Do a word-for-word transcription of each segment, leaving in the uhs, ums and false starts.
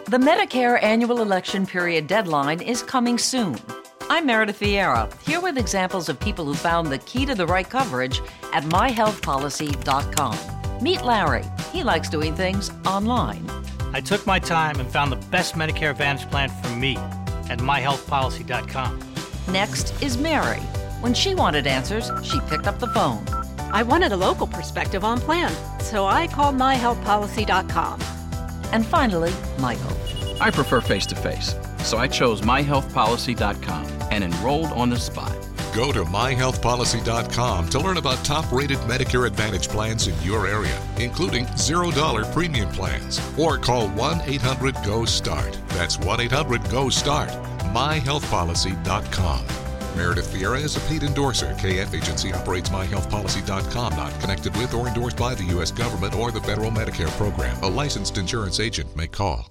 The Medicare annual election period deadline is coming soon. I'm Meredith Vieira, here with examples of people who found the key to the right coverage at my health policy dot com. Meet Larry. He likes doing things online. I took my time and found the best Medicare Advantage plan for me at my health policy dot com. Next is Mary. When she wanted answers, she picked up the phone. I wanted a local perspective on plan, so I called my health policy dot com. And finally, Michael. I prefer face-to-face, so I chose my health policy dot com and enrolled on the spot. Go to my health policy dot com to learn about top-rated Medicare Advantage plans in your area, including zero dollar premium plans. Or call one eight hundred G O START. That's one eight hundred G O START. my health policy dot com. Meredith Vieira is a paid endorser. K F Agency operates my health policy dot com, not connected with or endorsed by the U S government or the federal Medicare program. A licensed insurance agent may call.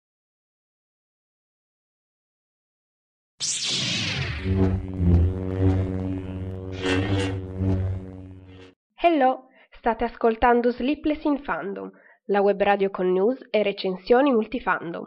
Hello, state ascoltando Sleepless in Fandom, la web radio con news e recensioni multifandom.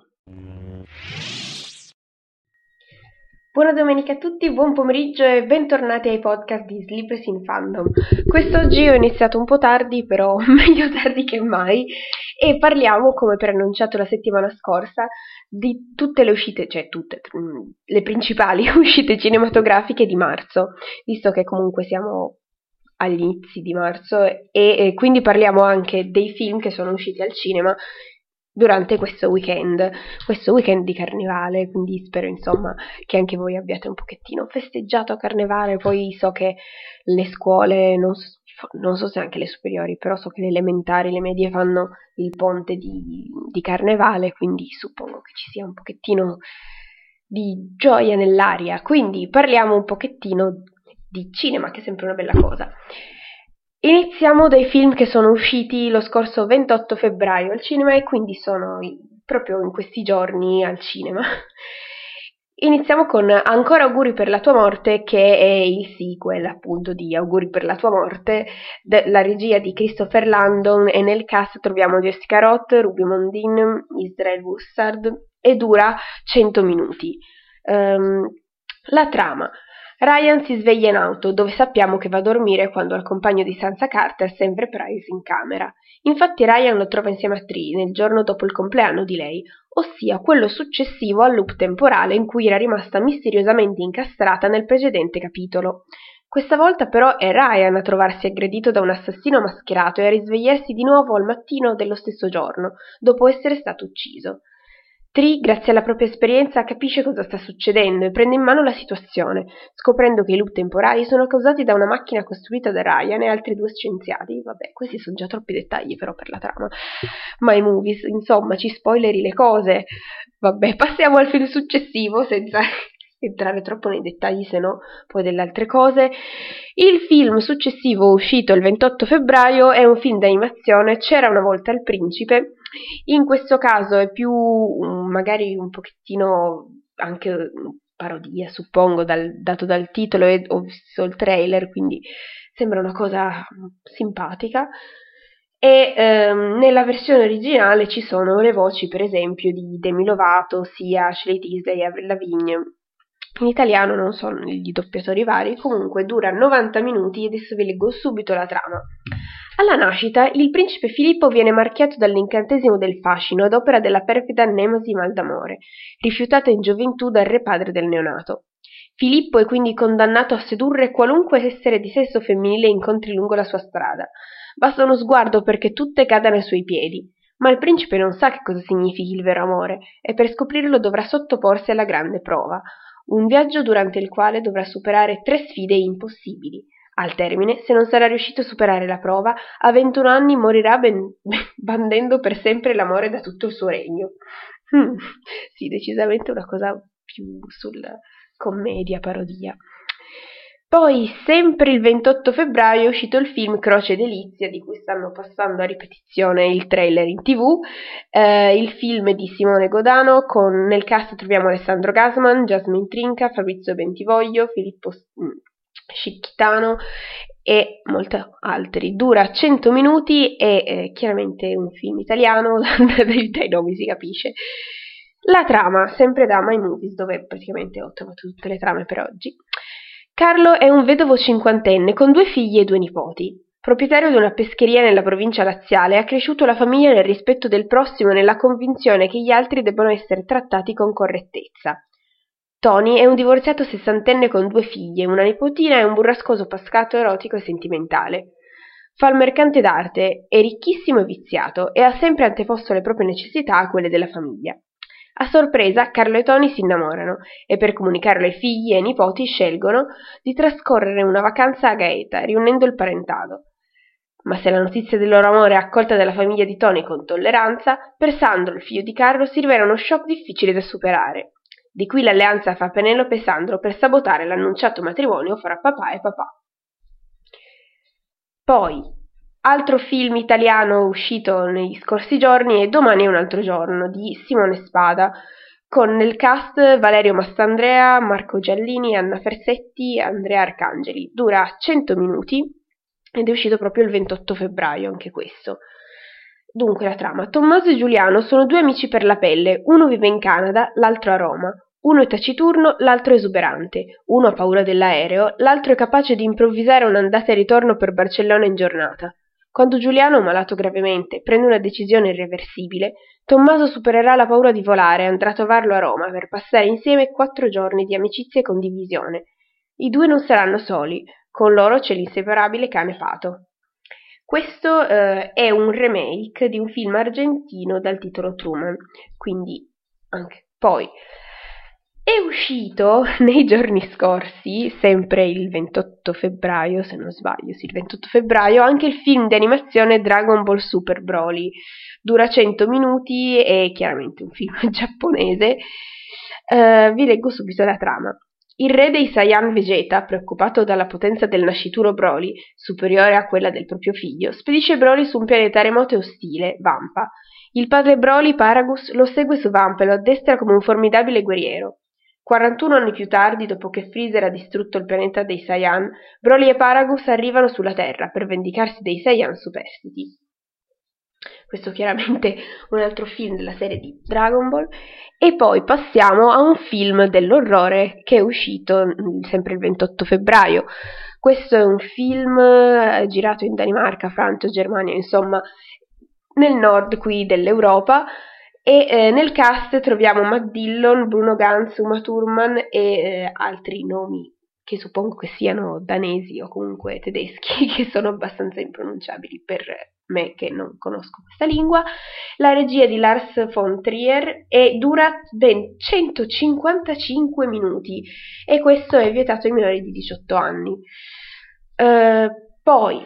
Buona domenica a tutti, buon pomeriggio e bentornati ai podcast di Sleepless in Fandom. Quest'oggi ho iniziato un po' tardi, però meglio tardi che mai, e parliamo, come preannunciato la settimana scorsa, di tutte le uscite, cioè tutte, le principali uscite cinematografiche di marzo, visto che comunque siamo agli inizi di marzo e, e quindi parliamo anche dei film che sono usciti al cinema durante questo weekend, questo weekend di Carnevale, quindi spero insomma che anche voi abbiate un pochettino festeggiato a Carnevale. Poi so che le scuole, non so, non so se anche le superiori, però so che le elementari, le medie fanno il ponte di, di Carnevale, quindi suppongo che ci sia un pochettino di gioia nell'aria, quindi parliamo un pochettino di cinema, che è sempre una bella cosa. Iniziamo dai film che sono usciti lo scorso ventotto febbraio al cinema e quindi sono proprio in questi giorni al cinema. Iniziamo con Ancora auguri per la tua morte, che è il sequel appunto di Auguri per la tua morte, la regia di Christopher Landon, e nel cast troviamo Jessica Roth, Ruby Mondin, Israel Bussard e dura cento minuti. Um, la trama: Ryan si sveglia in auto, dove sappiamo che va a dormire quando il compagno di Sansa Carter sembra Price in camera. Infatti Ryan lo trova insieme a Tree nel giorno dopo il compleanno di lei, ossia quello successivo al loop temporale in cui era rimasta misteriosamente incastrata nel precedente capitolo. Questa volta però è Ryan a trovarsi aggredito da un assassino mascherato e a risvegliarsi di nuovo al mattino dello stesso giorno, dopo essere stato ucciso. Tree, grazie alla propria esperienza, capisce cosa sta succedendo e prende in mano la situazione, scoprendo che i loop temporali sono causati da una macchina costruita da Ryan e altri due scienziati. Vabbè, questi sono già troppi dettagli però per la trama. Ma i movies, insomma, ci spoileri le cose. Vabbè, passiamo al film successivo senza entrare troppo nei dettagli, se no poi delle altre cose. Il film successivo, uscito il ventotto febbraio, è un film d'animazione, C'era una volta il principe. In questo caso è più magari un pochettino anche parodia, suppongo, dal, dato dal titolo, e ho visto il trailer, quindi sembra una cosa simpatica. E ehm, nella versione originale ci sono le voci, per esempio, di Demi Lovato, sia Ashley Tisdale e Avril Lavigne. In italiano non so gli doppiatori vari, comunque dura novanta minuti e adesso vi leggo subito la trama. Alla nascita, il principe Filippo viene marchiato dall'incantesimo del fascino ad opera della perfida Nemosi Maldamore, rifiutata in gioventù dal re padre del neonato. Filippo è quindi condannato a sedurre qualunque essere di sesso femminile incontri lungo la sua strada. Basta uno sguardo perché tutte cadano ai suoi piedi. Ma il principe non sa che cosa significhi il vero amore e per scoprirlo dovrà sottoporsi alla grande prova, un viaggio durante il quale dovrà superare tre sfide impossibili. Al termine, se non sarà riuscito a superare la prova, a ventuno anni morirà ben, bandendo per sempre l'amore da tutto il suo regno. Mm, sì, decisamente una cosa più sulla commedia, parodia. Poi, sempre il ventotto febbraio, è uscito il film Croce Delizia, di cui stanno passando a ripetizione il trailer in tv. Eh, il film di Simone Godano, con nel cast troviamo Alessandro Gasman, Jasmine Trinca, Fabrizio Bentivoglio, Filippo Scicchitano e molti altri. Dura cento minuti e eh, chiaramente un film italiano, dai nomi si capisce. La trama, sempre da My Movies, dove praticamente ho trovato tutte le trame per oggi. Carlo è un vedovo cinquantenne con due figli e due nipoti. Proprietario di una pescheria nella provincia laziale, ha cresciuto la famiglia nel rispetto del prossimo e nella convinzione che gli altri debbano essere trattati con correttezza. Tony è un divorziato sessantenne con due figlie, una nipotina e un burrascoso pascato erotico e sentimentale. Fa il mercante d'arte, è ricchissimo e viziato e ha sempre anteposto le proprie necessità a quelle della famiglia. A sorpresa, Carlo e Tony si innamorano e per comunicarlo ai figli e ai nipoti scelgono di trascorrere una vacanza a Gaeta, riunendo il parentado. Ma se la notizia del loro amore è accolta dalla famiglia di Tony con tolleranza, per Sandro, il figlio di Carlo, si rivela uno shock difficile da superare. Di qui l'alleanza fra Penelope e Sandro per sabotare l'annunciato matrimonio fra papà e papà. Poi, altro film italiano uscito negli scorsi giorni è Domani è un altro giorno di Simone Spada, con nel cast Valerio Mastandrea, Marco Giallini, Anna Fersetti, Andrea Arcangeli. Dura cento minuti ed è uscito proprio il ventotto febbraio anche questo. Dunque la trama. Tommaso e Giuliano sono due amici per la pelle, uno vive in Canada, l'altro a Roma. Uno è taciturno, l'altro esuberante. Uno ha paura dell'aereo, l'altro è capace di improvvisare un'andata e ritorno per Barcellona in giornata. Quando Giuliano, malato gravemente, prende una decisione irreversibile, Tommaso supererà la paura di volare e andrà a trovarlo a Roma per passare insieme quattro giorni di amicizia e condivisione. I due non saranno soli, con loro c'è l'inseparabile cane Pato. Questo eh, è un remake di un film argentino dal titolo Truman, quindi anche poi è uscito nei giorni scorsi, sempre il ventotto febbraio, se non sbaglio, sì, il ventotto febbraio, anche il film di animazione Dragon Ball Super Broly. Dura cento minuti, è chiaramente un film giapponese. Uh, vi leggo subito la trama. Il re dei Saiyan Vegeta, preoccupato dalla potenza del nascituro Broly, superiore a quella del proprio figlio, spedisce Broly su un pianeta remoto e ostile, Vampa. Il padre Broly, Paragus, lo segue su Vampa e lo addestra come un formidabile guerriero. quarantuno anni più tardi, dopo che Freezer ha distrutto il pianeta dei Saiyan, Broly e Paragus arrivano sulla Terra per vendicarsi dei Saiyan superstiti. Questo chiaramente un altro film della serie di Dragon Ball. E poi passiamo a un film dell'orrore che è uscito sempre il ventotto febbraio. Questo è un film eh, girato in Danimarca, Francia, Germania, insomma nel nord qui dell'Europa, e eh, nel cast troviamo Matt Dillon, Bruno Ganz, Uma Thurman e eh, altri nomi che suppongo che siano danesi o comunque tedeschi, che sono abbastanza impronunciabili per me che non conosco questa lingua. La regia è di Lars von Trier e dura ben centocinquantacinque minuti e questo è vietato ai minori di diciotto anni. Uh, poi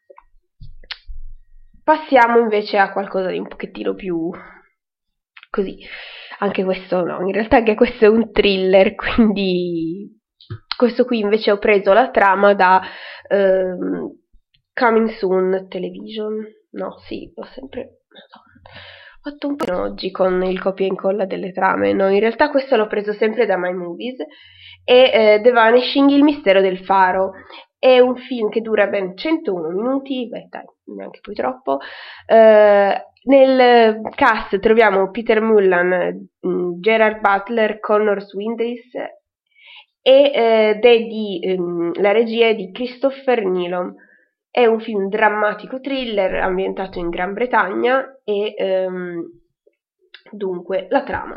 passiamo invece a qualcosa di un pochettino più così, anche questo no, in realtà anche questo è un thriller, quindi questo qui invece ho preso la trama da um, Coming Soon Television, no sì, ho sempre ho fatto un po' oggi con il copia e incolla delle trame, no, in realtà questo l'ho preso sempre da My Movies, e eh, The Vanishing, il mistero del faro. È un film che dura ben centouno minuti, beh dai, neanche poi troppo. Uh, nel cast troviamo Peter Mullan, Gerard Butler, Connor Swindis e uh, di, um, la regia è di Christopher Nealon. È un film drammatico thriller ambientato in Gran Bretagna e um, dunque la trama.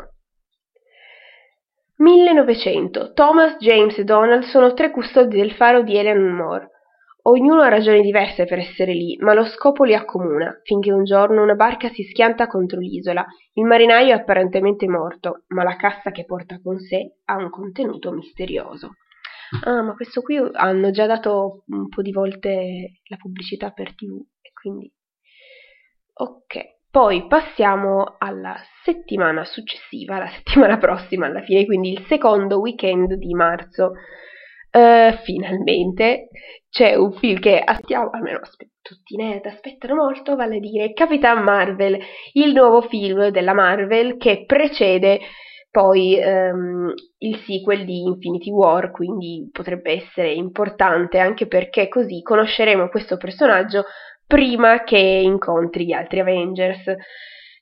millenovecento. Thomas, James e Donald sono tre custodi del faro di Eleanor Moore. Ognuno ha ragioni diverse per essere lì, ma lo scopo li accomuna, finché un giorno una barca si schianta contro l'isola. Il marinaio è apparentemente morto, ma la cassa che porta con sé ha un contenuto misterioso. Ah, ma questo qui hanno già dato un po' di volte la pubblicità per tivù, e quindi... Ok. Poi passiamo alla settimana successiva, la settimana prossima alla fine, quindi il secondo weekend di marzo. Uh, finalmente c'è un film che aspettiamo, almeno aspett- tutti i nerd aspettano molto, vale a dire Capitan Marvel, il nuovo film della Marvel che precede poi um, il sequel di Infinity War, quindi potrebbe essere importante anche perché così conosceremo questo personaggio prima che incontri gli altri Avengers.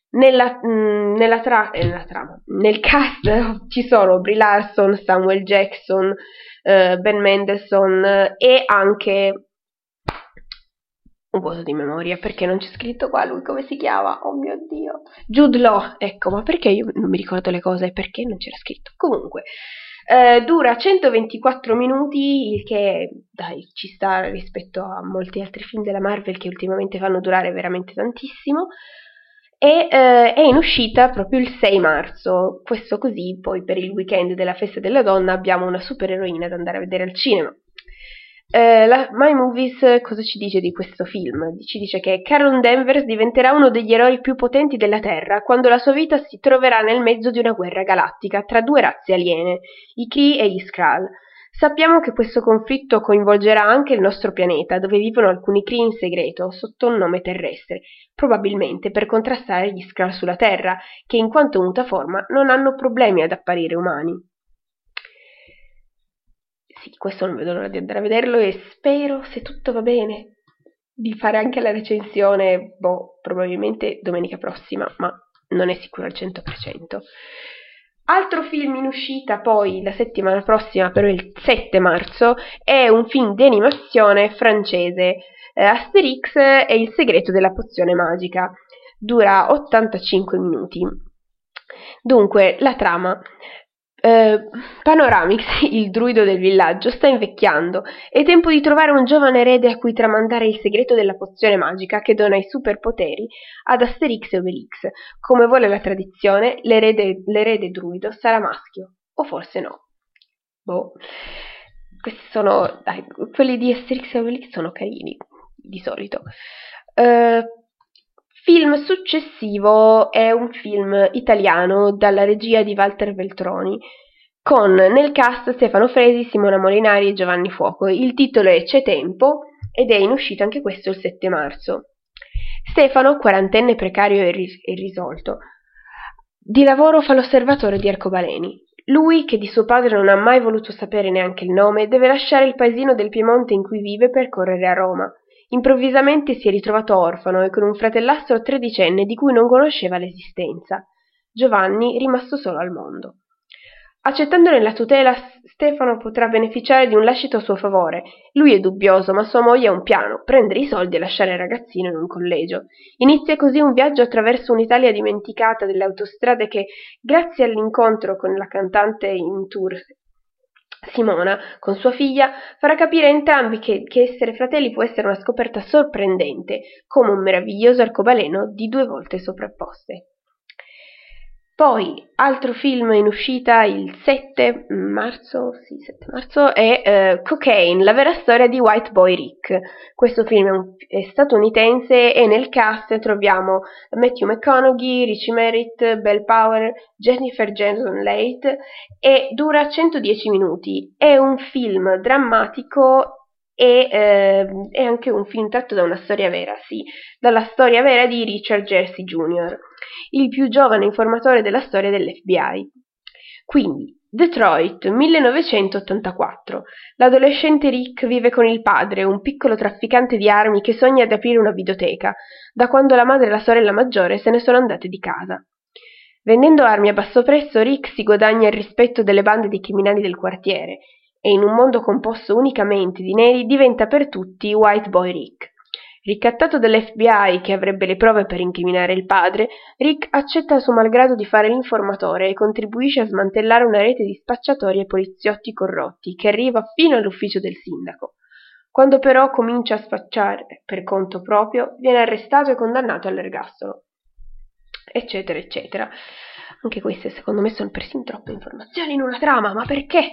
Nella, mh, nella, tra- eh, nella trama, nel cast ci sono Brie Larson, Samuel Jackson, eh, Ben Mendelsohn eh, e anche un vuoto di memoria perché non c'è scritto qua lui come si chiama, oh mio Dio, Jude Law, ecco, ma perché io non mi ricordo le cose e perché non c'era scritto? Comunque eh, dura centoventiquattro minuti, il che dai ci sta rispetto a molti altri film della Marvel che ultimamente fanno durare veramente tantissimo. E eh, è in uscita proprio il sei marzo, questo così poi per il weekend della festa della donna abbiamo una supereroina da andare a vedere al cinema. Eh, la My Movies cosa ci dice di questo film? Ci dice che Carol Danvers diventerà uno degli eroi più potenti della Terra quando la sua vita si troverà nel mezzo di una guerra galattica tra due razze aliene, i Kree e gli Skrull. Sappiamo che questo conflitto coinvolgerà anche il nostro pianeta, dove vivono alcuni Kree in segreto, sotto un nome terrestre, probabilmente per contrastare gli Skrull sulla Terra, che in quanto mutaforma non hanno problemi ad apparire umani. Sì, questo non vedo l'ora di andare a vederlo e spero, se tutto va bene, di fare anche la recensione, boh, probabilmente domenica prossima, ma non è sicuro al cento per cento. Altro film in uscita poi la settimana prossima, però il sette marzo, è un film di animazione francese, eh, Asterix e il segreto della pozione magica. Dura ottantacinque minuti. Dunque, la trama. Eh, Panoramix, il druido del villaggio, sta invecchiando. È tempo di trovare un giovane erede a cui tramandare il segreto della pozione magica che dona i superpoteri ad Asterix e Obelix. Come vuole la tradizione, l'erede, l'erede druido sarà maschio. O forse no. Boh. Questi sono... Dai, quelli di Asterix e Obelix sono carini, di solito. Eh... Film successivo è un film italiano dalla regia di Walter Veltroni, con nel cast Stefano Fresi, Simona Molinari e Giovanni Fuoco. Il titolo è C'è tempo ed è in uscita anche questo il sette marzo. Stefano, quarantenne precario e, ris- e risolto, di lavoro fa l'osservatore di arcobaleni. Lui, che di suo padre non ha mai voluto sapere neanche il nome, deve lasciare il paesino del Piemonte in cui vive per correre a Roma. Improvvisamente si è ritrovato orfano e con un fratellastro tredicenne di cui non conosceva l'esistenza. Giovanni, rimasto solo al mondo. Accettandone la tutela, Stefano potrà beneficiare di un lascito a suo favore. Lui è dubbioso, ma sua moglie ha un piano: prendere i soldi e lasciare il ragazzino in un collegio. Inizia così un viaggio attraverso un'Italia dimenticata delle autostrade che, grazie all'incontro con la cantante in tour Simona, con sua figlia, farà capire a entrambi che, che essere fratelli può essere una scoperta sorprendente, come un meraviglioso arcobaleno di due volte sovrapposte. Poi, altro film in uscita il sette marzo, sì, sette marzo, è uh, Cocaine, la vera storia di White Boy Rick. Questo film è, un, è statunitense e nel cast troviamo Matthew McConaughey, Richie Merritt, Belle Power, Jennifer Jason Leigh e dura centodieci minuti. È un film drammatico e eh, è anche un film tratto da una storia vera, sì, dalla storia vera di Richard Jersey junior, il più giovane informatore della storia dell'F B I. Quindi, Detroit, millenovecentottantaquattro. L'adolescente Rick vive con il padre, un piccolo trafficante di armi che sogna di aprire una videoteca, da quando la madre e la sorella maggiore se ne sono andate di casa. Vendendo armi a basso prezzo, Rick si guadagna il rispetto delle bande di criminali del quartiere, e in un mondo composto unicamente di neri diventa per tutti White Boy Rick. Ricattato dall'F B I che avrebbe le prove per incriminare il padre, Rick accetta a suo malgrado di fare l'informatore e contribuisce a smantellare una rete di spacciatori e poliziotti corrotti che arriva fino all'ufficio del sindaco. Quando però comincia a spacciare per conto proprio, viene arrestato e condannato all'ergastolo. Eccetera, eccetera. Anche queste secondo me sono persino troppe informazioni in una trama, ma perché?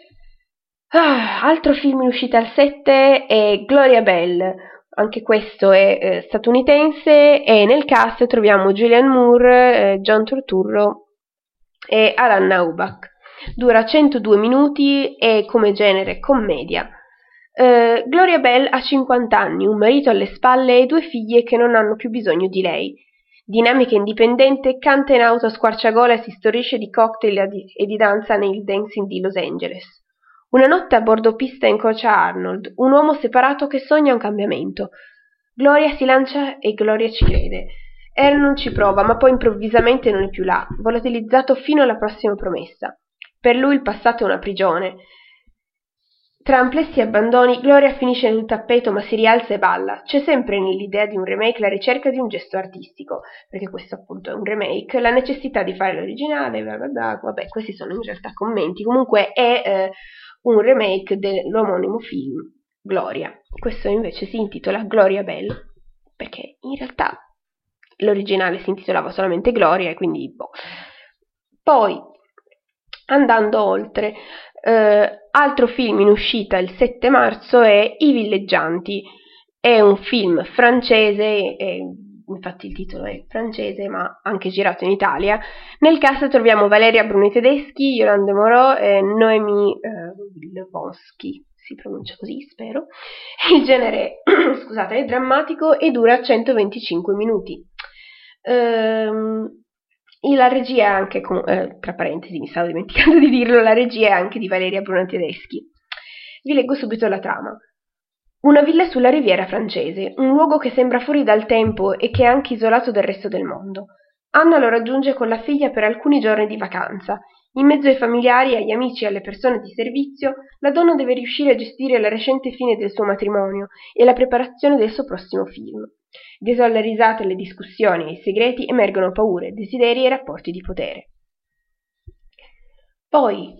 Ah, altro film in uscita al sette è Gloria Bell, anche questo è eh, statunitense e nel cast troviamo Julianne Moore, eh, John Turturro e Alan Naubach. Dura centodue minuti e come genere commedia. Eh, Gloria Bell ha cinquanta anni, un marito alle spalle e due figlie che non hanno più bisogno di lei. Dinamica indipendente, canta in auto a squarciagola e si storisce di cocktail e di, e di danza nel dancing di Los Angeles. Una notte a bordo pista incrocia Arnold, un uomo separato che sogna un cambiamento. Gloria si lancia e Gloria ci crede. Aaron non ci prova, ma poi improvvisamente non è più là, volatilizzato fino alla prossima promessa. Per lui il passato è una prigione. Tra amplessi abbandoni, Gloria finisce sul tappeto ma si rialza e balla. C'è sempre nell'idea di un remake la ricerca di un gesto artistico, perché questo appunto è un remake, la necessità di fare l'originale, bla bla bla. Vabbè, questi sono in realtà commenti. Comunque è eh, un remake dell'omonimo film Gloria. Questo invece si intitola Gloria Bell, perché in realtà l'originale si intitolava solamente Gloria e quindi boh. Poi, andando oltre, eh, altro film in uscita il sette marzo è I Villeggianti. È un film francese, e, infatti il titolo è francese ma anche girato in Italia. Nel cast troviamo Valeria Bruni Tedeschi, Yolande Moreau e Noémie eh, Levonsky, si pronuncia così, spero. Il genere scusate, è drammatico e dura centoventicinque minuti. Ehm, la regia è anche, eh, tra parentesi mi stavo dimenticando di dirlo, la regia è anche di Valeria Bruni Tedeschi. Vi leggo subito la trama. Una villa sulla riviera francese, un luogo che sembra fuori dal tempo e che è anche isolato dal resto del mondo. Anna lo raggiunge con la figlia per alcuni giorni di vacanza. In mezzo ai familiari, agli amici e alle persone di servizio, la donna deve riuscire a gestire la recente fine del suo matrimonio e la preparazione del suo prossimo film. Dietro alle risate, le discussioni e i segreti emergono paure, desideri e rapporti di potere. Poi,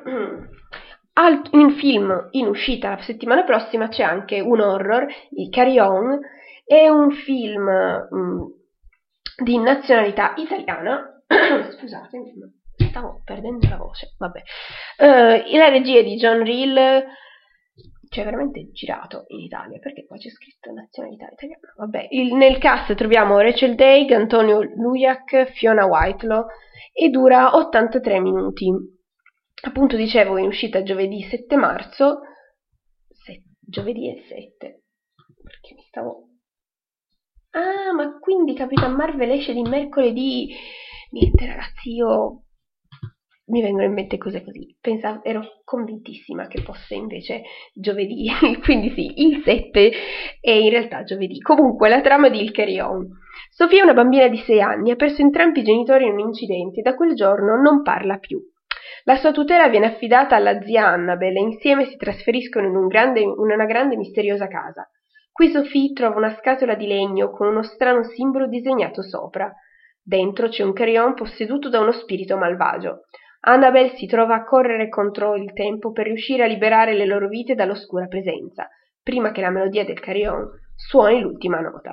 in film in uscita la settimana prossima c'è anche un horror, il Carry On, è un film mh, di nazionalità italiana. Scusate, stavo perdendo la voce, vabbè. Uh, la regia è di John Reel, cioè veramente girato in Italia, perché poi c'è scritto nazionalità italiana, vabbè. Il, nel cast troviamo Rachel Day, Antonio Lujac, Fiona Whitelaw e dura ottantatré minuti. Appunto dicevo in uscita giovedì sette marzo, se, giovedì è sette, perché mi stavo... Ah, ma quindi Capitan Marvel esce di mercoledì? Niente ragazzi, io... mi vengono in mente cose così, pensavo, ero convintissima che fosse invece giovedì, quindi sì, il sette è in realtà giovedì. Comunque la trama di Il Carry On. Sofia è una bambina di sei anni, ha perso entrambi i genitori in un incidente e da quel giorno non parla più. La sua tutela viene affidata alla zia Annabel e insieme si trasferiscono in, un grande, in una grande misteriosa casa. Qui Sophie trova una scatola di legno con uno strano simbolo disegnato sopra. Dentro c'è un carillon posseduto da uno spirito malvagio. Annabel si trova a correre contro il tempo per riuscire a liberare le loro vite dall'oscura presenza, prima che la melodia del carillon suoni l'ultima nota.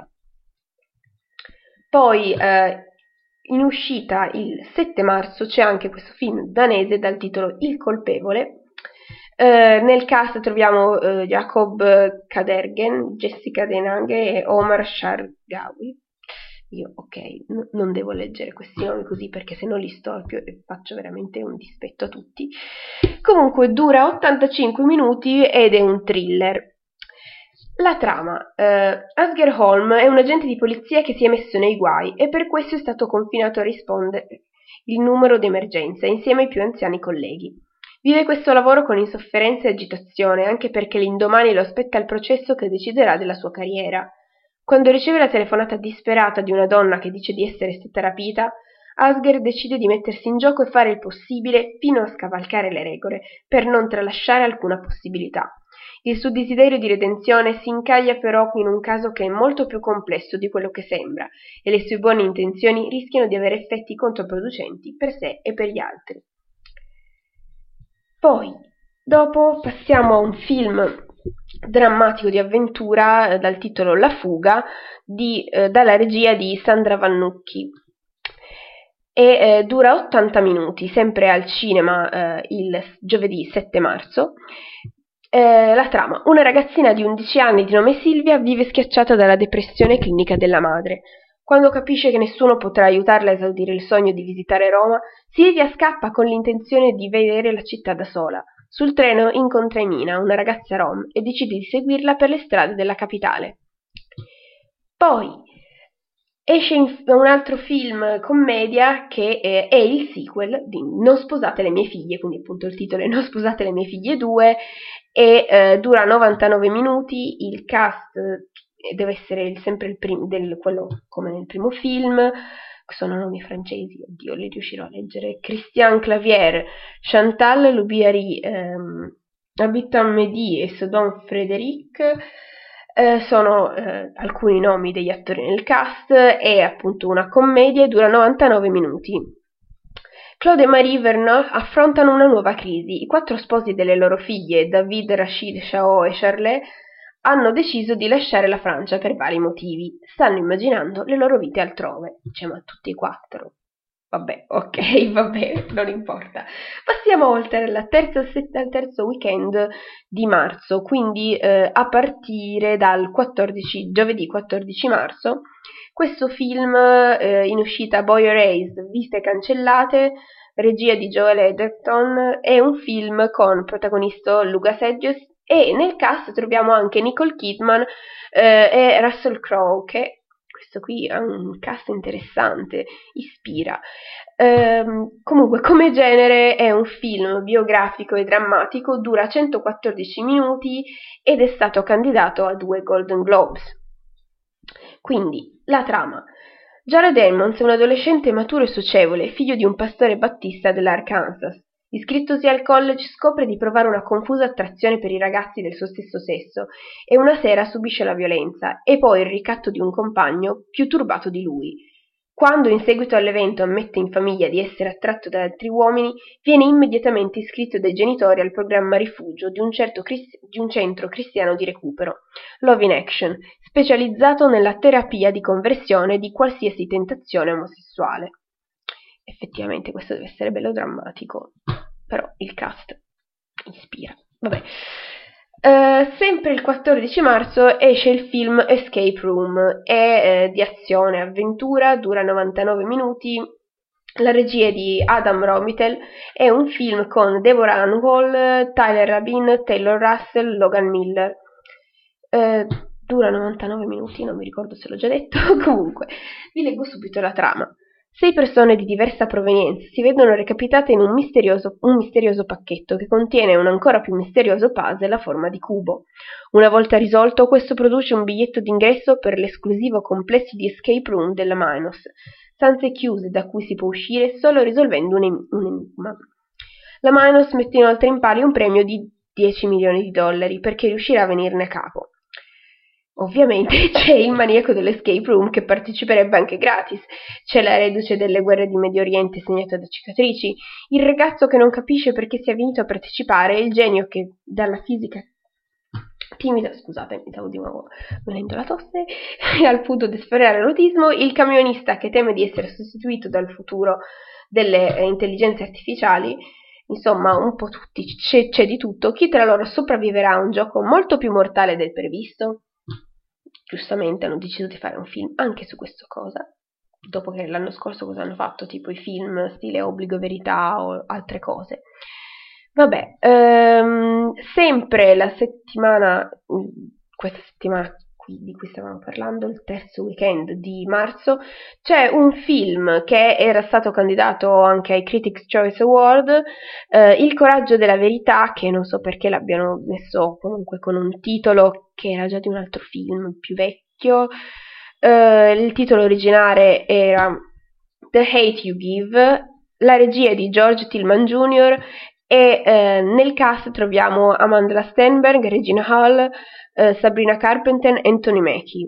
Poi, eh, in uscita il sette marzo c'è anche questo film danese dal titolo Il colpevole. Eh, nel cast troviamo eh, Jacob Kadergen, Jessica Denange e Omar Shargawi. Io, ok, n- non devo leggere questi nomi così perché se no li storpio e faccio veramente un dispetto a tutti. Comunque dura ottantacinque minuti ed è un thriller. La trama. Uh, Asger Holm è un agente di polizia che si è messo nei guai e per questo è stato confinato a rispondere il numero d'emergenza insieme ai più anziani colleghi. Vive questo lavoro con insofferenza e agitazione, anche perché l'indomani lo aspetta il processo che deciderà della sua carriera. Quando riceve la telefonata disperata di una donna che dice di essere stata rapita, Asger decide di mettersi in gioco e fare il possibile fino a scavalcare le regole, per non tralasciare alcuna possibilità. Il suo desiderio di redenzione si incaglia però in un caso che è molto più complesso di quello che sembra, e le sue buone intenzioni rischiano di avere effetti controproducenti per sé e per gli altri. Poi, dopo, passiamo a un film drammatico di avventura eh, dal titolo La fuga, di, eh, dalla regia di Sandra Vannucchi. E eh, dura ottanta minuti, sempre al cinema eh, il giovedì sette marzo. Eh, la trama. Una ragazzina di undici anni di nome Silvia vive schiacciata dalla depressione clinica della madre. Quando capisce che nessuno potrà aiutarla a esaudire il sogno di visitare Roma, Silvia scappa con l'intenzione di vedere la città da sola. Sul treno incontra Emina, una ragazza rom, e decide di seguirla per le strade della capitale. Poi esce un altro film commedia che è, è il sequel di Non sposate le mie figlie, quindi appunto il titolo è Non sposate le mie figlie due, e eh, dura novantanove minuti. Il cast deve essere il, sempre il prim- del, quello come nel primo film. Sono nomi francesi, oddio, li riuscirò a leggere. Christian Clavier, Chantal Loubiary, ehm, Abitan Mehdi e Sodon Frédéric eh, sono eh, alcuni nomi degli attori nel cast. È appunto una commedia e dura novantanove minuti. Claude e Marie Verneuil affrontano una nuova crisi. I quattro sposi delle loro figlie, David, Rachid, Chao e Charlotte, hanno deciso di lasciare la Francia per vari motivi. Stanno immaginando le loro vite altrove. Cioè, ma tutti e quattro. Vabbè, ok, vabbè, non importa. Passiamo oltre al terzo, al terzo weekend di marzo, quindi eh, a partire dal quattordici, giovedì quattordici marzo, questo film eh, in uscita Boy Erased, Viste cancellate, regia di Joel Edgerton, è un film con protagonista Lucas Hedges e nel cast troviamo anche Nicole Kidman eh, e Russell Crowe, che questo qui ha un cast interessante, ispira. Ehm, comunque, come genere è un film biografico e drammatico, dura centoquattordici minuti ed è stato candidato a due Golden Globes. Quindi, la trama. Jared Emmons è un adolescente maturo e socievole, figlio di un pastore battista dell'Arkansas. Iscrittosi al college scopre di provare una confusa attrazione per i ragazzi del suo stesso sesso e una sera subisce la violenza e poi il ricatto di un compagno più turbato di lui. Quando in seguito all'evento ammette in famiglia di essere attratto da altri uomini, viene immediatamente iscritto dai genitori al programma Rifugio di un, certo crist- di un centro cristiano di recupero, Love in Action, specializzato nella terapia di conversione di qualsiasi tentazione omosessuale. Effettivamente questo deve essere bello drammatico, però il cast ispira. Vabbè. Uh, sempre il quattordici marzo esce il film Escape Room, è eh, di azione e avventura, dura novantanove minuti, la regia è di Adam Robitel, è un film con Deborah Ann Hall, Tyler Rabin, Taylor Russell, Logan Miller. Uh, dura novantanove minuti, non mi ricordo se l'ho già detto, comunque vi leggo subito la trama. Sei persone di diversa provenienza si vedono recapitate in un misterioso, un misterioso pacchetto che contiene un ancora più misterioso puzzle a forma di cubo. Una volta risolto, questo produce un biglietto d'ingresso per l'esclusivo complesso di escape room della Minos, stanze chiuse da cui si può uscire solo risolvendo un, en- un enigma. La Minos mette inoltre in palio un premio di dieci milioni di dollari per chi riuscirà a venirne a capo. Ovviamente c'è il maniaco dell'escape room che parteciperebbe anche gratis, c'è la reduce delle guerre di Medio Oriente segnata da cicatrici, il ragazzo che non capisce perché sia venuto a partecipare, il genio che dalla fisica timida, scusate, mi stavo di nuovo venendo la tosse, al punto di sferrare l'autismo, il camionista che teme di essere sostituito dal futuro delle eh, intelligenze artificiali. Insomma, un po' tutti, c'è, c'è di tutto. Chi tra loro sopravviverà a un gioco molto più mortale del previsto? Giustamente hanno deciso di fare un film anche su questa cosa, dopo che l'anno scorso cosa hanno fatto, tipo i film stile Obbligo Verità o altre cose. Vabbè, ehm, sempre la settimana, questa settimana qui, di cui stavamo parlando, il terzo weekend di marzo, c'è un film che era stato candidato anche ai Critics' Choice Award, eh, Il coraggio della verità, che non so perché l'abbiano messo comunque con un titolo che era già di un altro film più vecchio. Eh, il titolo originale era The Hate You Give, la regia è di George Tillman Junior e eh, nel cast troviamo Amanda Stenberg, Regina Hall, eh, Sabrina Carpenter e Anthony Mackie.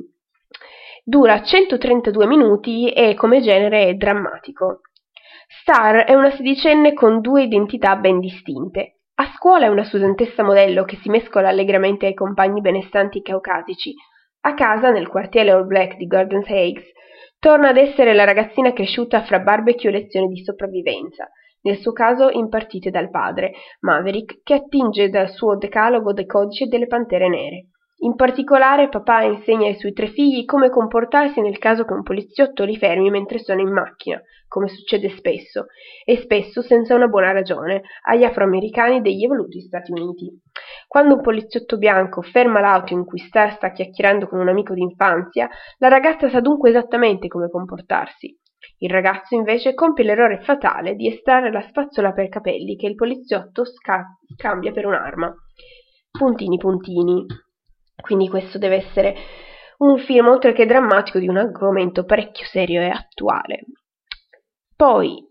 Dura centotrentadue minuti e come genere è drammatico. Star è una sedicenne con due identità ben distinte. A scuola è una studentessa modello che si mescola allegramente ai compagni benestanti caucasici. A casa, nel quartiere All Black di Gordon Heights, torna ad essere la ragazzina cresciuta fra barbecue e lezioni di sopravvivenza, nel suo caso impartite dal padre, Maverick, che attinge dal suo decalogo del codice delle pantere nere. In particolare, papà insegna ai suoi tre figli come comportarsi nel caso che un poliziotto li fermi mentre sono in macchina, come succede spesso, e spesso senza una buona ragione, agli afroamericani degli evoluti Stati Uniti. Quando un poliziotto bianco ferma l'auto in cui Star sta chiacchierando con un amico d'infanzia, la ragazza sa dunque esattamente come comportarsi. Il ragazzo invece compie l'errore fatale di estrarre la spazzola per capelli che il poliziotto sca- scambia per un'arma. Puntini puntini. Quindi questo deve essere un film oltre che drammatico di un argomento parecchio serio e attuale. Poi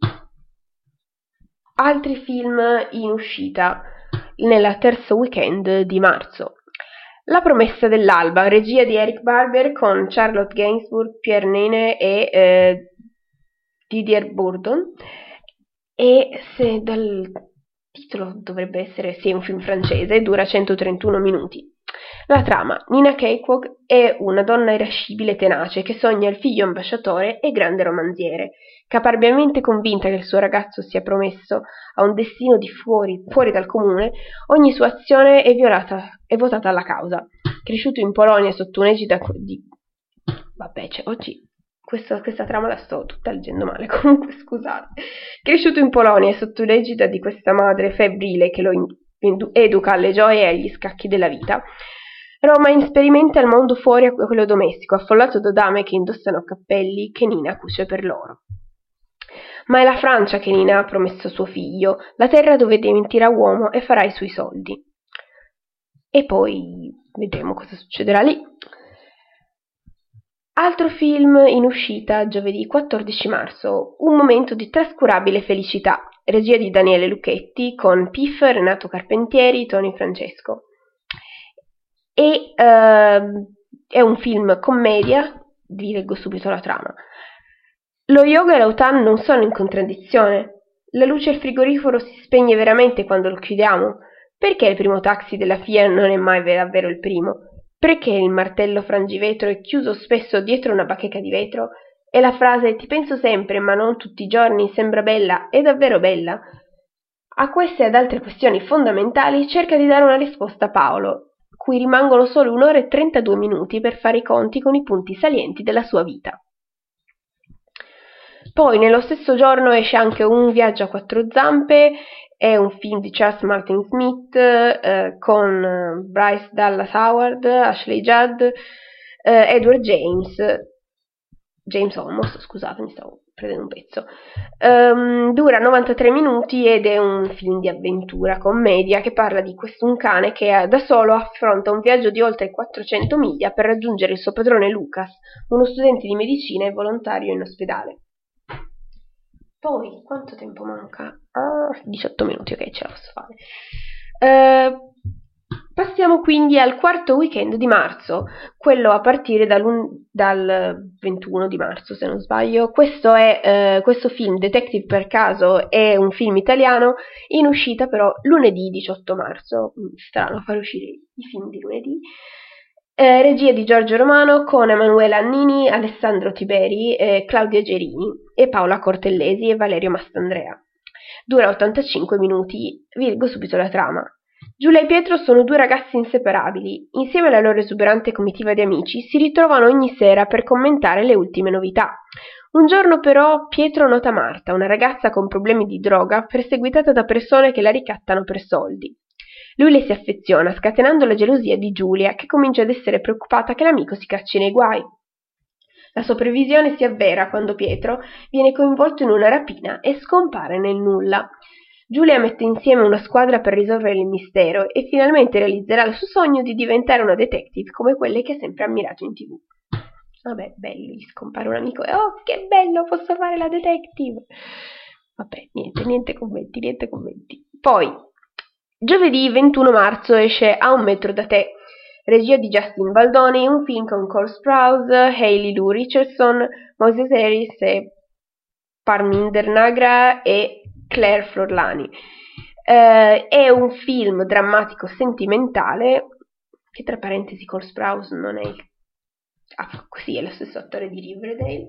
altri film in uscita nella terzo weekend di marzo. La promessa dell'alba, regia di Eric Barber con Charlotte Gainsbourg, Pierre Niney e eh, Didier Bourdon, e se dal titolo dovrebbe essere sì, un film francese, dura centotrentuno minuti. La trama: Nina Cakewalk è una donna irascibile e tenace che sogna il figlio ambasciatore e grande romanziere. Caparbiamente convinta che il suo ragazzo sia promesso a un destino di fuori, fuori dal comune, ogni sua azione è violata è votata alla causa. Cresciuto in Polonia sotto un'egida di... Vabbè, cioè, oggi questa, questa trama la sto tutta leggendo male, comunque scusate. Cresciuto in Polonia sotto l'egida di questa madre febbrile che lo in, educa alle gioie e agli scacchi della vita, Romain sperimenta il mondo fuori a quello domestico, affollato da dame che indossano cappelli che Nina cuce per loro. Ma è la Francia che Nina ha promesso a suo figlio, la terra dove diventerà uomo e farà i suoi soldi. E poi vedremo cosa succederà lì. Altro film in uscita giovedì quattordici marzo, Un momento di trascurabile felicità, regia di Daniele Lucchetti con Piff, Renato Carpentieri, Tony Francesco. E uh, è un film commedia, vi leggo subito la trama. Lo yoga e l'autan non sono in contraddizione. La luce al frigorifero si spegne veramente quando lo chiudiamo. Perché il primo taxi della F I A non è mai davvero il primo? Perché il martello frangivetro è chiuso spesso dietro una bacheca di vetro? E la frase "ti penso sempre ma non tutti i giorni" sembra bella, è davvero bella? A queste e ad altre questioni fondamentali cerca di dare una risposta Paolo, cui rimangono solo un'ora e trentadue minuti per fare i conti con i punti salienti della sua vita. Poi nello stesso giorno esce anche Un viaggio a quattro zampe, è un film di Charles Martin Smith eh, con Bryce Dallas Howard, Ashley Judd, eh, Edward James, James Olmos, scusate, mi stavo prendendo un pezzo. Um, dura novantatré minuti ed è un film di avventura, commedia, che parla di questo un cane che da solo affronta un viaggio di oltre quattrocento miglia per raggiungere il suo padrone Lucas, uno studente di medicina e volontario in ospedale. Poi, quanto tempo manca? Ah, diciotto minuti, ok, ce la posso fare. Uh, passiamo quindi al quarto weekend di marzo, quello a partire dal ventuno di marzo, se non sbaglio. Questo è uh, questo film, Detective per caso, è un film italiano in uscita però lunedì diciotto marzo. Strano far uscire i film di lunedì. Eh, regia di Giorgio Romano con Emanuela Annini, Alessandro Tiberi, eh, Claudia Gerini e Paola Cortellesi e Valerio Mastandrea. Dura ottantacinque minuti, vi leggo subito la trama. Giulia e Pietro sono due ragazzi inseparabili. Insieme alla loro esuberante comitiva di amici si ritrovano ogni sera per commentare le ultime novità. Un giorno però Pietro nota Marta, una ragazza con problemi di droga, perseguitata da persone che la ricattano per soldi. Lui le si affeziona, scatenando la gelosia di Giulia, che comincia ad essere preoccupata che l'amico si cacci nei guai. La sua previsione si avvera quando Pietro viene coinvolto in una rapina e scompare nel nulla. Giulia mette insieme una squadra per risolvere il mistero e finalmente realizzerà il suo sogno di diventare una detective come quelle che ha sempre ammirato in tivù. Vabbè, bello, gli scompare un amico e oh, che bello, posso fare la detective! Vabbè, niente, niente commenti, niente commenti. Poi, giovedì ventuno marzo esce A un metro da te, regia di Justin Baldoni, un film con Cole Sprouse, Hailey Lou Richardson, Moses Harris e Parminder Nagra e Claire Forlani. Eh, è un film drammatico sentimentale, che tra parentesi Cole Sprouse non è il... Ah, sì, è lo stesso attore di Riverdale.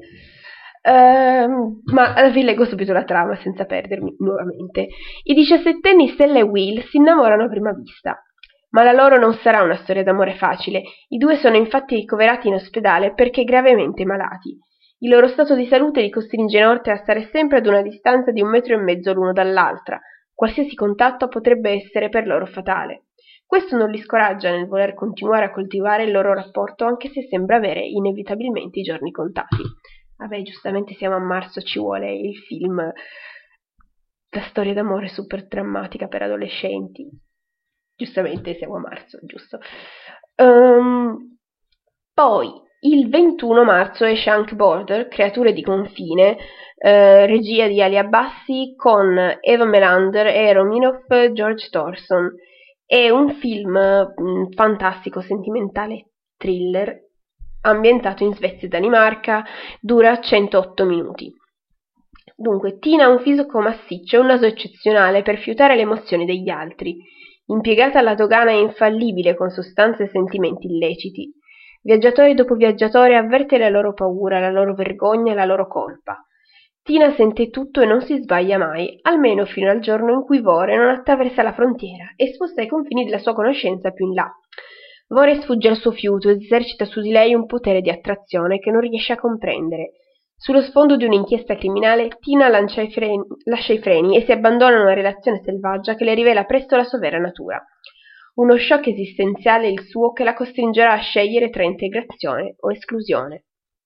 Uh, ma vi leggo subito la trama senza perdermi nuovamente. I diciassettenni Stella e Will si innamorano a prima vista, ma la loro non sarà una storia d'amore facile. I due sono infatti ricoverati in ospedale perché gravemente malati. Il loro stato di salute li costringe inoltre a stare sempre ad una distanza di un metro e mezzo l'uno dall'altra. Qualsiasi contatto potrebbe essere per loro fatale. Questo non li scoraggia nel voler continuare a coltivare il loro rapporto, anche se sembra avere inevitabilmente i giorni contati. Vabbè, giustamente siamo a marzo, ci vuole il film, la storia d'amore super drammatica per adolescenti. Giustamente siamo a marzo, giusto. Um, poi, il ventuno marzo esce anche Border, Creature di confine, eh, regia di Ali Abbasi con Eva Melander e Rominoff George Thorson. È un film mh, fantastico, sentimentale, thriller, ambientato in Svezia e Danimarca, dura centootto minuti. Dunque, Tina ha un fisico massiccio e un naso eccezionale per fiutare le emozioni degli altri. Impiegata alla dogana è infallibile con sostanze e sentimenti illeciti. Viaggiatore dopo viaggiatore avverte la loro paura, la loro vergogna e la loro colpa. Tina sente tutto e non si sbaglia mai, almeno fino al giorno in cui Vore non attraversa la frontiera e sposta i confini della sua conoscenza più in là. Vore sfugge al suo fiuto ed esercita su di lei un potere di attrazione che non riesce a comprendere. Sullo sfondo di un'inchiesta criminale, Tina lancia i freni, lascia i freni e si abbandona a una relazione selvaggia che le rivela presto la sua vera natura. Uno shock esistenziale è il suo che la costringerà a scegliere tra integrazione o esclusione.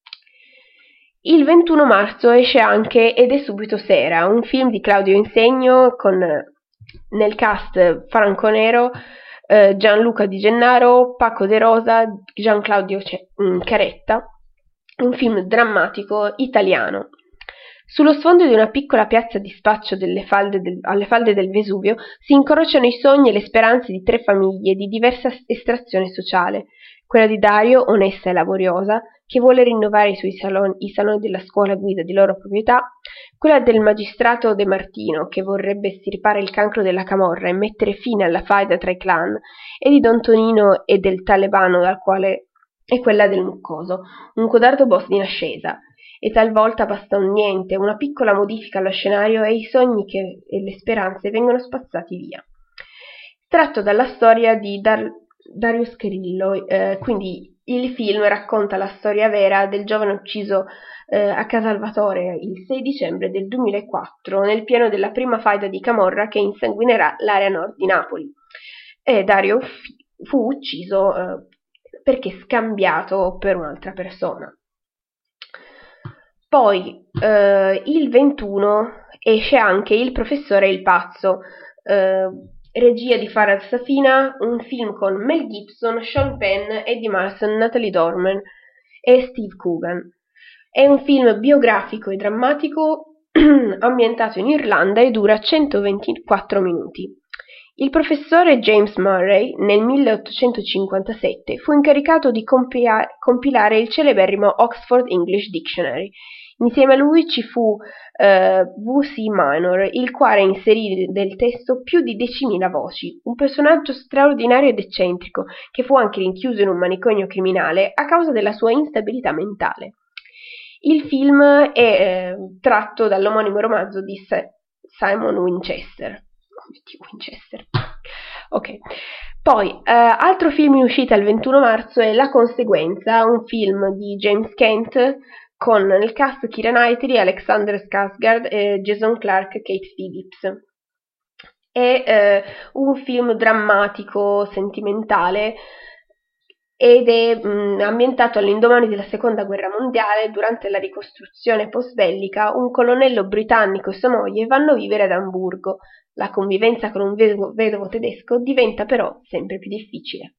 Il ventuno marzo esce anche Ed è subito sera, un film di Claudio Insegno con nel cast Franco Nero, eh, Gianluca Di Gennaro, Paco De Rosa, Gian Claudio C- Caretta, un film drammatico italiano. Sullo sfondo di una piccola piazza di spaccio delle falde del, alle falde del Vesuvio si incrociano i sogni e le speranze di tre famiglie di diversa estrazione sociale. Quella di Dario, onesta e laboriosa, che vuole rinnovare i suoi saloni, i saloni della scuola guida di loro proprietà, quella del magistrato De Martino, che vorrebbe estirpare il cancro della camorra e mettere fine alla faida tra i clan, e di Don Tonino e del talebano dal quale è quella del muccoso, un codardo boss in ascesa. E talvolta basta un niente, una piccola modifica allo scenario e i sogni che, e le speranze vengono spazzati via. Tratto dalla storia di Dar- Dario Scherillo, eh, quindi il film racconta la storia vera del giovane ucciso eh, a Casalvatore il sei dicembre del duemilaquattro, nel pieno della prima faida di camorra che insanguinerà l'area nord di Napoli. E Dario f- fu ucciso eh, perché scambiato per un'altra persona. Poi eh, il ventuno esce anche Il professore e il pazzo, eh, regia di Farhad Safina, un film con Mel Gibson, Sean Penn, Eddie Marsan, Natalie Dormer e Steve Coogan. È un film biografico e drammatico ambientato in Irlanda e dura centoventiquattro minuti. Il professore James Murray, nel milleottocentocinquantasette, fu incaricato di compia- compilare il celeberrimo Oxford English Dictionary. Insieme a lui ci fu eh, W C Minor, il quale inserì nel testo più di diecimila voci, un personaggio straordinario ed eccentrico, che fu anche rinchiuso in un manicomio criminale a causa della sua instabilità mentale. Il film è eh, tratto dall'omonimo romanzo di Simon Winchester. Winchester. Ok. Poi, eh, altro film in uscita il ventuno marzo è La conseguenza, un film di James Kent con nel cast Keira Knightley, Alexander Skarsgård, eh, Jason Clarke e Kate Phillips. È eh, un film drammatico, sentimentale ed è mh, ambientato all'indomani della seconda guerra mondiale. Durante la ricostruzione post-bellica un colonnello britannico e sua moglie vanno a vivere ad Amburgo. La convivenza con un vedovo, vedovo tedesco diventa però sempre più difficile.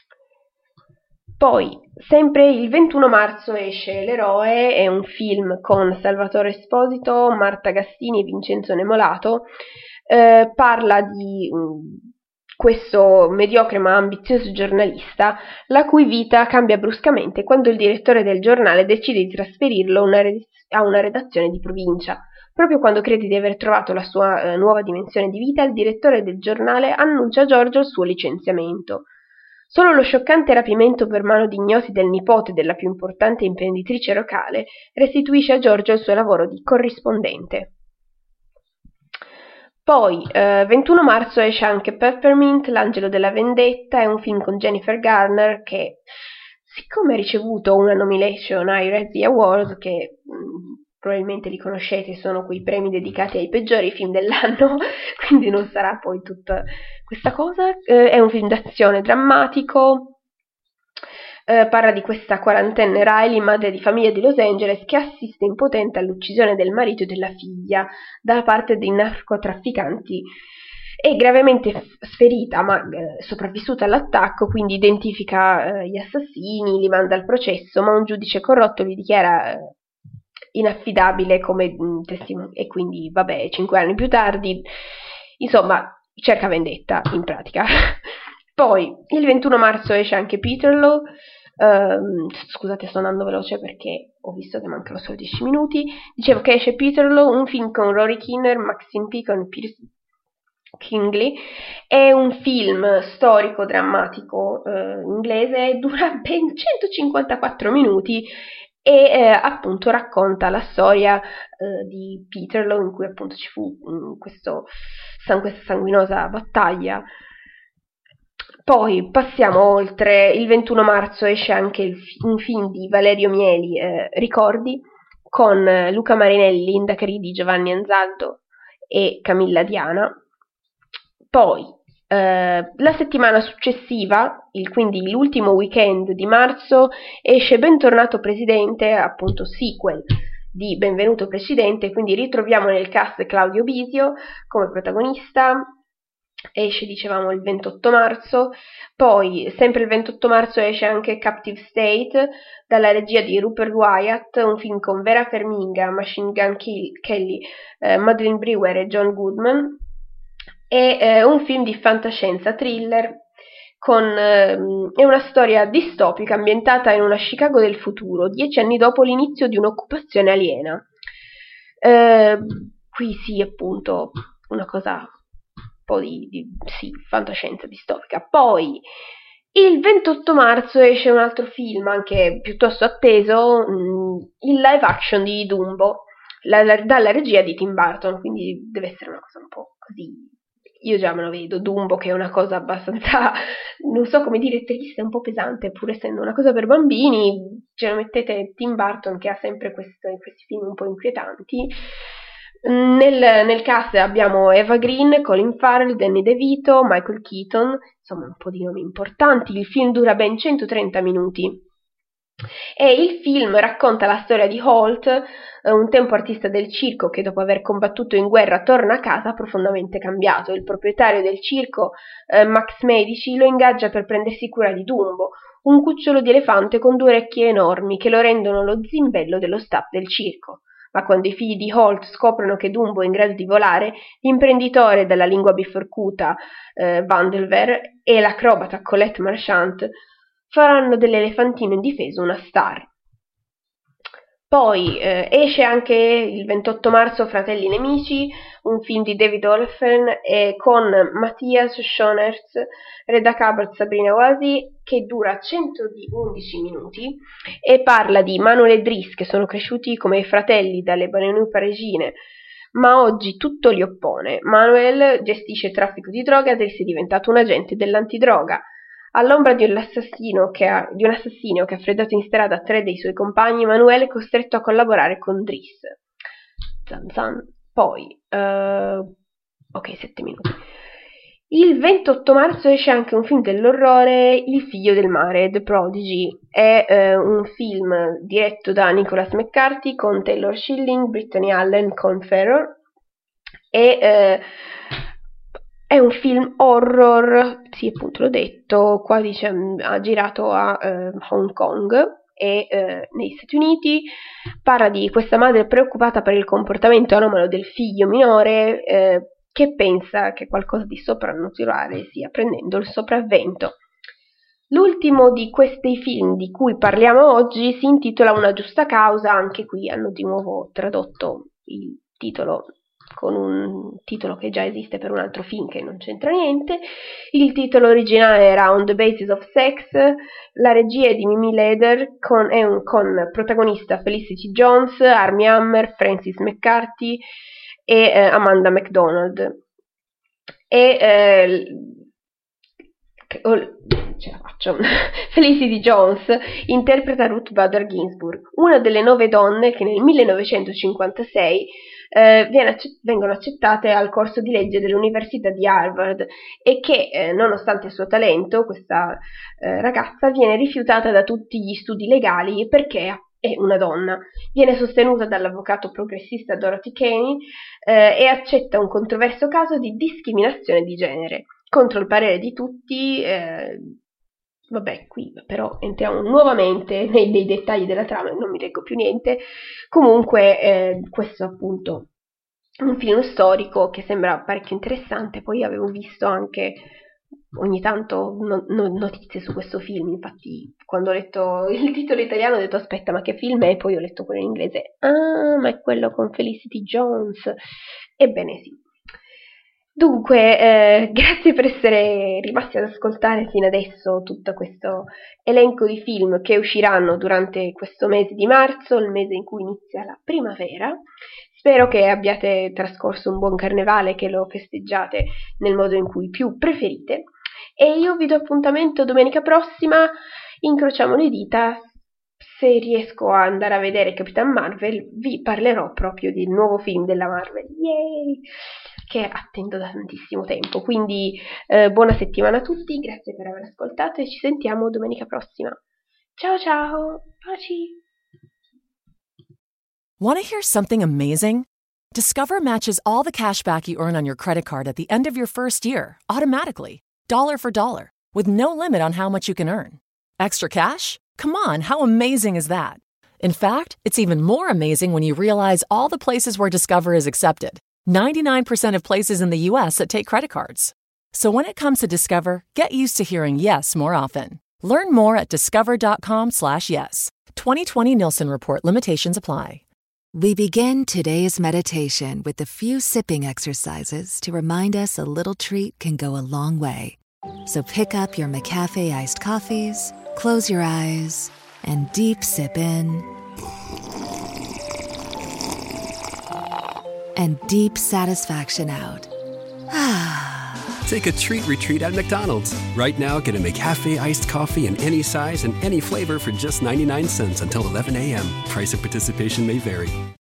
Poi, sempre il ventuno marzo esce L'eroe, è un film con Salvatore Esposito, Marta Gastini e Vincenzo Nemolato. Eh, parla di um, questo mediocre ma ambizioso giornalista, la cui vita cambia bruscamente quando il direttore del giornale decide di trasferirlo una red- a una redazione di provincia. Proprio quando crede di aver trovato la sua eh, nuova dimensione di vita, il direttore del giornale annuncia a Giorgio il suo licenziamento. Solo lo scioccante rapimento per mano di ignoti del nipote della più importante imprenditrice locale restituisce a Giorgio il suo lavoro di corrispondente. Poi, eh, ventuno marzo esce anche Peppermint, l'angelo della vendetta, è un film con Jennifer Garner che, siccome ha ricevuto una nomination ai Razzie Awards, che mh, probabilmente li conoscete, sono quei premi dedicati ai peggiori film dell'anno, quindi non sarà poi tutta questa cosa. Eh, è un film d'azione drammatico, eh, parla di questa quarantenne Riley, madre di famiglia di Los Angeles, che assiste impotente all'uccisione del marito e della figlia da parte dei narcotrafficanti è gravemente sferita ma eh, sopravvissuta all'attacco, quindi identifica eh, gli assassini, li manda al processo, ma un giudice corrotto li dichiara eh, inaffidabile come mh, testimone, e quindi vabbè, cinque anni più tardi, insomma, cerca vendetta in pratica. Poi il ventuno marzo esce anche Peterloo. Uh, scusate, sto andando veloce perché ho visto che mancano solo dieci minuti. Dicevo che esce Peterloo, un film con Rory Kinnear, Maxine Peake e Pierce Kingley. È un film storico drammatico uh, inglese, dura ben centocinquantaquattro minuti e eh, appunto racconta la storia uh, di Peterloo, in cui appunto ci fu um, questo, questa sanguinosa battaglia. Poi passiamo oltre. Il ventuno marzo esce anche il, un film di Valerio Mieli, eh, Ricordi, con eh, Luca Marinelli, Linda Caridi, Giovanni Anzaldo e Camilla Diana. Poi eh, la settimana successiva, il, quindi l'ultimo weekend di marzo, esce Bentornato Presidente, appunto sequel di Benvenuto Presidente, quindi ritroviamo nel cast Claudio Bisio come protagonista. Esce, dicevamo, il ventotto marzo. Poi sempre il ventotto marzo esce anche Captive State, dalla regia di Rupert Wyatt, un film con Vera Farmiga, Machine Gun Kelly, eh, Madeleine Brewer e John Goodman. È eh, un film di fantascienza thriller con eh, è una storia distopica ambientata in una Chicago del futuro, dieci anni dopo l'inizio di un'occupazione aliena. Eh, qui sì, appunto, una cosa po' di, di sì, fantascienza distopica. Poi il ventotto marzo esce un altro film anche piuttosto atteso, mh, il live action di Dumbo, la, la, dalla regia di Tim Burton, quindi deve essere una cosa un po' così, io già me lo vedo, Dumbo, che è una cosa abbastanza, non so come dire, triste, un po' pesante, pur essendo una cosa per bambini, ce lo mettete Tim Burton, che ha sempre questo, questi film un po' inquietanti. Nel, nel cast abbiamo Eva Green, Colin Farrell, Danny DeVito, Michael Keaton, insomma un po' di nomi importanti. Il film dura ben centotrenta minuti e il film racconta la storia di Holt, un tempo artista del circo che dopo aver combattuto in guerra torna a casa profondamente cambiato. Il proprietario del circo, eh, Max Medici, lo ingaggia per prendersi cura di Dumbo, un cucciolo di elefante con due orecchie enormi che lo rendono lo zimbello dello staff del circo. Ma quando i figli di Holt scoprono che Dumbo è in grado di volare, l'imprenditore dalla lingua biforcuta eh, Vandelver e l'acrobata Colette Marchant faranno dell'elefantino indifeso una star. Poi eh, esce anche il ventotto marzo Fratelli Nemici, un film di David Olfen eh, con Mattias Schoenaerts, Reda Kabert, Sabrina Wasi, che dura centoundici minuti e parla di Manuel e Driss, che sono cresciuti come fratelli dalle banane parisine, ma oggi tutto li oppone. Manuel gestisce il traffico di droga, Driss è diventato un agente dell'antidroga. All'ombra di un assassino che ha, di un assassino che ha freddato in strada tre dei suoi compagni, Manuel è costretto a collaborare con Driss. Zan zan. Poi, uh, ok, sette minuti. Il ventotto marzo esce anche un film dell'orrore, Il figlio del mare, The Prodigy. È uh, un film diretto da Nicholas McCarthy con Taylor Schilling, Brittany Allen, Colin Farrell. E... Uh, È un film horror, sì, appunto l'ho detto, qua dice ha girato a eh, Hong Kong e eh, negli Stati Uniti. Parla di questa madre preoccupata per il comportamento anomalo del figlio minore eh, che pensa che qualcosa di soprannaturale stia prendendo il sopravvento. L'ultimo di questi film di cui parliamo oggi si intitola Una giusta causa, anche qui hanno di nuovo tradotto il titolo con un titolo che già esiste per un altro film che non c'entra niente. Il titolo originale era On the Basis of Sex, la regia è di Mimi Leder con, è un, con protagonista Felicity Jones, Armie Hammer, Francis McCarthy e eh, Amanda McDonald. E eh, oh, ce la faccio. Felicity Jones interpreta Ruth Bader Ginsburg, una delle nove donne che nel millenovecentocinquantasei eh, viene, vengono accettate al corso di legge dell'Università di Harvard e che, eh, nonostante il suo talento, questa eh, ragazza viene rifiutata da tutti gli studi legali perché è una donna. Viene sostenuta dall'avvocato progressista Dorothy Kane eh, e accetta un controverso caso di discriminazione di genere. Contro il parere di tutti, eh, vabbè, qui però entriamo nuovamente nei, nei dettagli della trama e non mi leggo più niente. Comunque, eh, questo appunto è un film storico che sembra parecchio interessante. Poi avevo visto anche ogni tanto no, no, notizie su questo film, infatti quando ho letto il titolo italiano ho detto aspetta, ma che film è? Poi ho letto quello in inglese, ah, ma è quello con Felicity Jones. Ebbene sì. Dunque, eh, grazie per essere rimasti ad ascoltare fino adesso tutto questo elenco di film che usciranno durante questo mese di marzo, il mese in cui inizia la primavera. Spero che abbiate trascorso un buon carnevale, che lo festeggiate nel modo in cui più preferite. E io vi do appuntamento domenica prossima, incrociamo le dita, se riesco a andare a vedere Capitan Marvel vi parlerò proprio del nuovo film della Marvel, yay! Che attendo da tantissimo tempo. Quindi eh, buona settimana a tutti, grazie per aver ascoltato e ci sentiamo domenica prossima. Ciao ciao, baci! Want to hear something amazing? Discover matches all the cash back you earn on your credit card at the end of your first year, automatically, dollar for dollar, with no limit on how much you can earn. Extra cash? Come on, how amazing is that? In fact, it's even more amazing when you realize all the places where Discover is accepted. ninety-nine percent of places in the U S that take credit cards. So when it comes to Discover, get used to hearing yes more often. Learn more at discover.com slash yes. twenty twenty Nielsen Report. Limitations apply. We begin today's meditation with a few sipping exercises to remind us a little treat can go a long way. So pick up your McCafe iced coffees, close your eyes, and deep sip in. And deep satisfaction out. Take a treat retreat at McDonald's. Right now, get a McCafe iced coffee in any size and any flavor for just ninety-nine cents until eleven a.m. Price and participation may vary.